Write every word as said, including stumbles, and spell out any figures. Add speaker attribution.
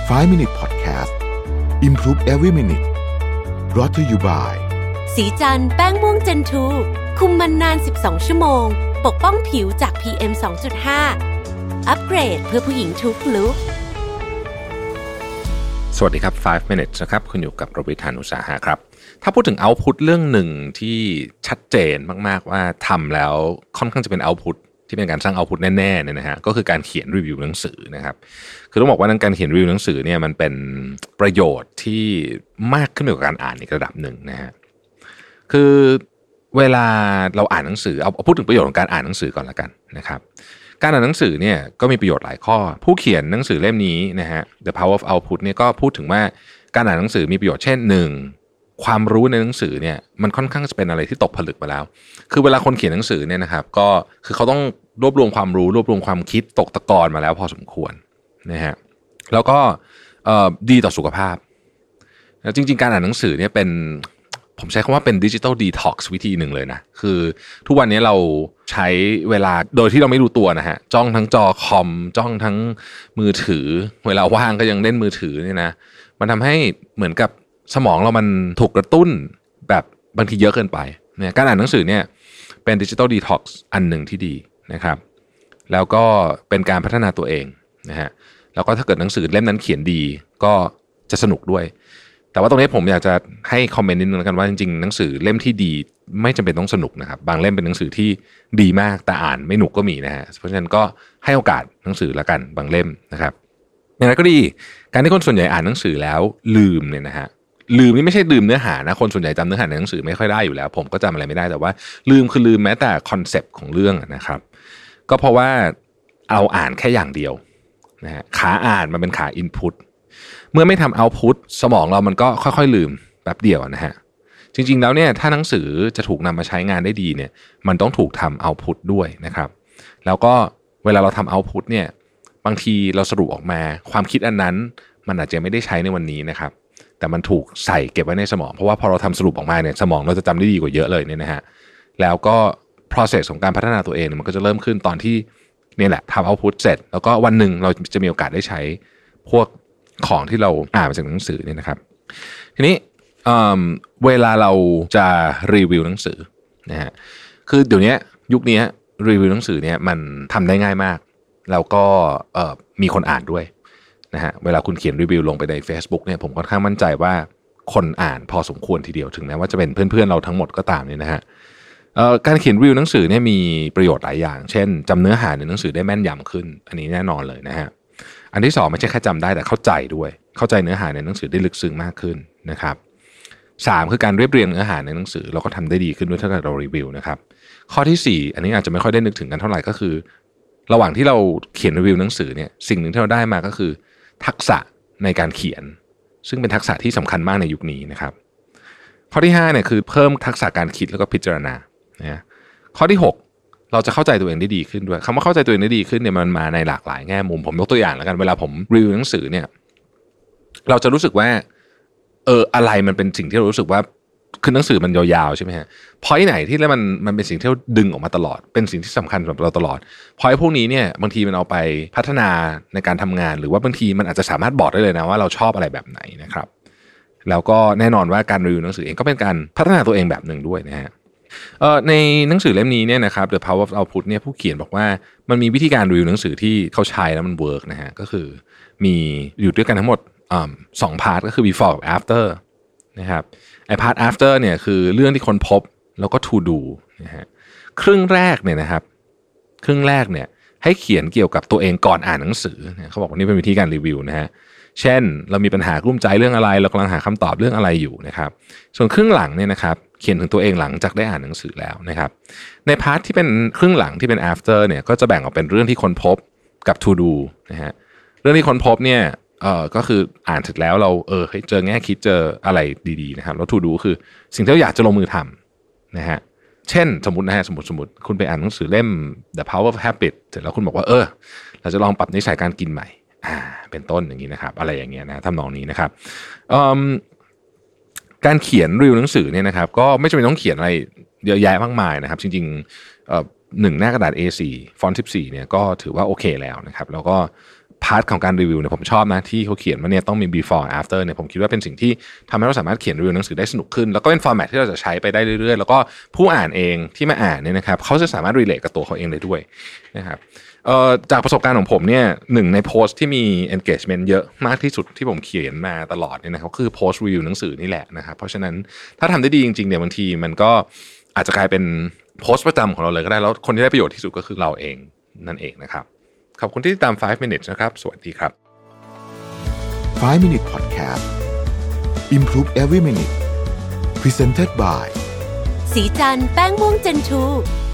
Speaker 1: ไฟว์ มินิท Podcast Improve Every Minute brought to you by
Speaker 2: สีจันแป้งม่วงเจนทูคุมมันนานสิบสองชั่วโมงปกป้องผิวจาก พี เอ็ม สองจุดห้า อัปเกรดเพื่อผู้หญิงทุกลุค
Speaker 3: สวัสดีครับไฟว์ มินิท นะครับคุณอยู่กับรวิธานอุตสาหะครับถ้าพูดถึง output เรื่องหนึ่งที่ชัดเจนมากๆว่าทำแล้วค่อนข้างจะเป็น output ที่เป็นการสร้าง output แน่ๆเนี่ยนะฮะก็คือการเขียนรีวิวหนังสือนะครับคือต้องบอกว่าการเขียนรีวิวหนังสือเนี่ยมันเป็นประโยชน์ที่มากขึ้นกว่าการอ่านอีกระดับหนึ่งนะฮะคือเวลาเราอ่านหนังสือเอาพูดถึงประโยชน์ของการอ่านหนังสือก่อนละกันนะครับการอ่านหนังสือเนี่ยก็มีประโยชน์หลายข้อผู้เขียนหนังสือเล่มนี้นะฮะ The Power of Output เนี่ยก็พูดถึงว่าการอ่านหนังสือมีประโยชน์เช่นหนึ่งความรู้ในหนังสือเนี่ยมันค่อนข้างจะเป็นอะไรที่ตกผลึกมาแล้วคือเวลาคนเขียนหนังสือเนี่ยนะครับก็คือเขาต้องรวบรวมความรู้รวบรวมความคิดตกตะกอนมาแล้วพอสมควรนะฮะแล้วก็ดีต่อสุขภาพแล้วจริงๆการอ่านหนังสือเนี่ยเป็นผมใช้คำว่าเป็นดิจิทัลดีท็อกซ์วิธีหนึ่งเลยนะคือทุกวันนี้เราใช้เวลาโดยที่เราไม่รู้ตัวนะฮะจ้องทั้งจอคอมจ้องทั้งมือถือเวลาว่างก็ยังเล่นมือถือเนี่ยนะมันทำให้เหมือนกับสมองเรามันถูกกระตุ้นแบบบางทีเยอะเกินไปเนี่ยการอ่านหนังสือเนี่ยเป็นดิจิทัลดีท็อกซ์อันหนึ่งที่ดีนะครับแล้วก็เป็นการพัฒนาตัวเองนะฮะแล้วก็ถ้าเกิดหนังสือเล่มนั้นเขียนดีก็จะสนุกด้วยแต่ว่าตรงนี้ผมอยากจะให้คอมเมนต์นิดนึงแล้วกันว่าจริงๆหนังสือเล่มที่ดีไม่จำเป็นต้องสนุกนะครับบางเล่มเป็นหนังสือที่ดีมากแต่อ่านไม่หนุกก็มีนะฮะเพราะฉะนั้นก็ให้โอกาสหนังสือละกันบางเล่มนะครับอย่างไรก็ดีการที่คนส่วนใหญ่อ่านหนังสือแล้วลืมเนี่ยนะฮะลืมนี่ไม่ใช่ลืมเนื้อหานะคนส่วนใหญ่จำเนื้อหาในหนังสือไม่ค่อยได้อยู่แล้วผมก็จำอะไรไม่ได้แต่ว่าลืมคือลืมแม้แต่คอนเซปต์ของเรื่องนะครับก็เพราะว่าเอาอ่านแค่อย่างเดียวนะฮะขาอ่านมันเป็นขาอินพุตเมื่อไม่ทำเอาท์พุตสมองเรามันก็ค่อยๆลืมแป๊บเดียวนะฮะจริงๆแล้วเนี่ยถ้าหนังสือจะถูกนำมาใช้งานได้ดีเนี่ยมันต้องถูกทำเอาท์พุตด้วยนะครับแล้วก็เวลาเราทำเอาท์พุตเนี่ยบางทีเราสรุปออกมาความคิดอันนั้นมันอาจจะไม่ได้ใช้ในวันนี้นะครับแต่มันถูกใส่เก็บไว้ในสมองเพราะว่าพอเราทำสรุปออกมาเนี่ยสมองเราจะจำได้ดีกว่าเยอะเลยเนี่ยนะฮะแล้วก็ process ของการพัฒนาตัวเองมันก็จะเริ่มขึ้นตอนที่นี่แหละทำ output เสร็จแล้วก็วันหนึ่งเราจะมีโอกาสได้ใช้พวกของที่เราอ่านมาจากหนังสือเนี่ยนะครับทีนี้ เ, เวลาเราจะรีวิวหนังสือนะฮะคือเดี๋ยวนี้ยุคนี้รีวิวหนังสือเนี่ยมันทำได้ง่ายมากแล้วก็มีคนอ่านด้วยนะฮะเวลาคุณเขียนรีวิวลงไปใน Facebook เนี่ยผมค่อนข้างมั่นใจว่าคนอ่านพอสมควรทีเดียวถึงแม้ว่าจะเป็นเพื่อนๆเราทั้งหมดก็ตามเนี่ยนะฮะการเขียนรีวิวหนังสือเนี่ยมีประโยชน์หลายอย่างเช่นจำเนื้อหาในหนังสือได้แม่นยำขึ้นอันนี้แน่นอนเลยนะฮะอันที่สองไม่ใช่แค่จำได้แต่เข้าใจด้วยเข้าใจเนื้อหาในหนังสือได้ลึกซึ้งมากขึ้นนะครับสามคือการเรียบเรียงเนื้อหาในหนังสือเราก็ทำได้ดีขึ้นด้วยถ้าเรารีวิวนะครับข้อที่สี่อันนี้อาจจะไม่ค่อยได้นึกถึงกันเท่าไหร่ก็คือระหว่างที่เราเขียนรีวิวหนังสือเนี่ยสิ่งหนึ่งที่เราได้มาก็คือทักษะในการเขียนซึ่งเป็นทักษะที่สำคัญมากในยุคนี้นะครับข้อที่ห้าเนี่ยคือเพิ่มทักษะการคิดแล้วก็พิจารณานะข้อที่หกเราจะเข้าใจตัวเองได้ดีขึ้นด้วยคำว่าเข้าใจตัวเองได้ดีขึ้นเนี่ยมันมาในหลากหลายแง่มุมผมยกตัวอย่างแล้วกันเวลาผมรีวิวหนังสือเนี่ยเราจะรู้สึกว่าเอออะไรมันเป็นสิ่งที่เรารู้สึกว่าคือหนังสือมันยาวๆใช่ไหมฮะพอยต์ไหนที่แล้วมันมันเป็นสิ่งที่เราดึงออกมาตลอดเป็นสิ่งที่สำคัญสำหรับเราตลอดพอยต์พวกนี้เนี่ยบางทีมันเอาไปพัฒนาในการทำงานหรือว่าบางทีมันอาจจะสามารถบอกได้เลยนะว่าเราชอบอะไรแบบไหนนะครับแล้วก็แน่นอนว่าการรีวิวหนังสือเองก็เป็นการพัฒนาตัวเองแบบหนึ่งด้วยนะฮะเอ่อในหนังสือเล่มนี้เนี่ยนะครับ The Power of Output เนี่ยผู้เขียนบอกว่ามันมีวิธีการรีวิวหนังสือที่เขาใช้แล้วมันเวิร์กนะฮะก็คือมีอยู่ด้วยกันทั้งหมดอ่าสองพาร์ทก็คือ before กับ after นะครับไอ้ part after เนี่ยคือเรื่องที่คนพบแล้วก็ to do นะฮะครึ่งแรกเนี่ยนะครับครึ่งแรกเนี่ยให้เขียนเกี่ยวกับตัวเองก่อนอ่านหนังสือเขาบอกว่านี่เป็นวิธีการรีวิวนะฮะเช่นเรามีปัญหากลุ้มใจเรื่องอะไรเรากำลังหาคำตอบเรื่องอะไรอยู่นะครับส่วนครึ่งหลังเนี่ยนะครับเขียนถึงตัวเองหลังจากได้อ่านหนังสือแล้วนะครับในพาร์ทที่เป็นครึ่งหลังที่เป็น after เนี่ยก็จะแบ่งออกเป็นเรื่องที่ค้นพบกับ to do นะฮะเรื่องที่ค้นพบเนี่ยเอ่อก็คืออ่านเสร็จแล้วเราเออเจอแง่คิดเจออะไรดีๆนะครับแล้ว to do คือสิ่งที่เราอยากจะลงมือทำนะฮะเช่นสมมตินะฮะสมมติสมมติคุณไปอ่านหนังสือเล่ม The Power of Habit เสร็จแล้วคุณบอกว่าเออเราจะลองปรับนิสัยการกินใหม่อ่าเป็นต้นอย่างนี้นะครับอะไรอย่างเงี้ยนะทำนองนี้นะครับการเขียนรีวิวหนังสือเนี่ยนะครับก็ไม่จำเป็นต้องเขียนอะไรเยอะแยะมากมายนะครับจริงๆหนึ่งหน้ากระดาษ เอ โฟร์ ฟอนต์สิบสี่เนี่ยก็ถือว่าโอเคแล้วนะครับแล้วก็พาร์ทของการรีวิวเนี่ยผมชอบนะที่เขาเขียนว่าเนี่ยต้องมี before after เนี่ยผมคิดว่าเป็นสิ่งที่ทำให้เราสามารถเขียนรีวิวหนังสือได้สนุกขึ้นแล้วก็เป็นฟอร์แมตที่เราจะใช้ไปได้เรื่อยๆแล้วก็ผู้อ่านเองที่มาอ่านเนี่ยนะครับเขาจะสามารถ relate กับตัวเขาเองได้ด้วยนะครับเอ่อจากประสบการณ์ของผมเนี่ยหนึ่งในโพสต์ที่มี engagement เยอะมากที่สุดที่ผมเขียนมาตลอดเนี่ยนะครับคือโพสต์รีวิวหนังสือนี่แหละนะครับเพราะฉะนั้นถ้าทำได้ดีจริงๆเนี่ยบางทีมันก็อาจจะกลายเป็นโพสต์ประจำของเราเลยก็ได้แล้วคนที่ได้ประโยชน์ที่สุดก็คือเราเองนั่นเองนะครับขอบคุณที่ติดตามไฟว์ minutes นะครับสวัสดีครับ
Speaker 1: ไฟว์ minute podcast Improve every minute Presented by
Speaker 2: สีจันทร์แป้งม่วงเจนทู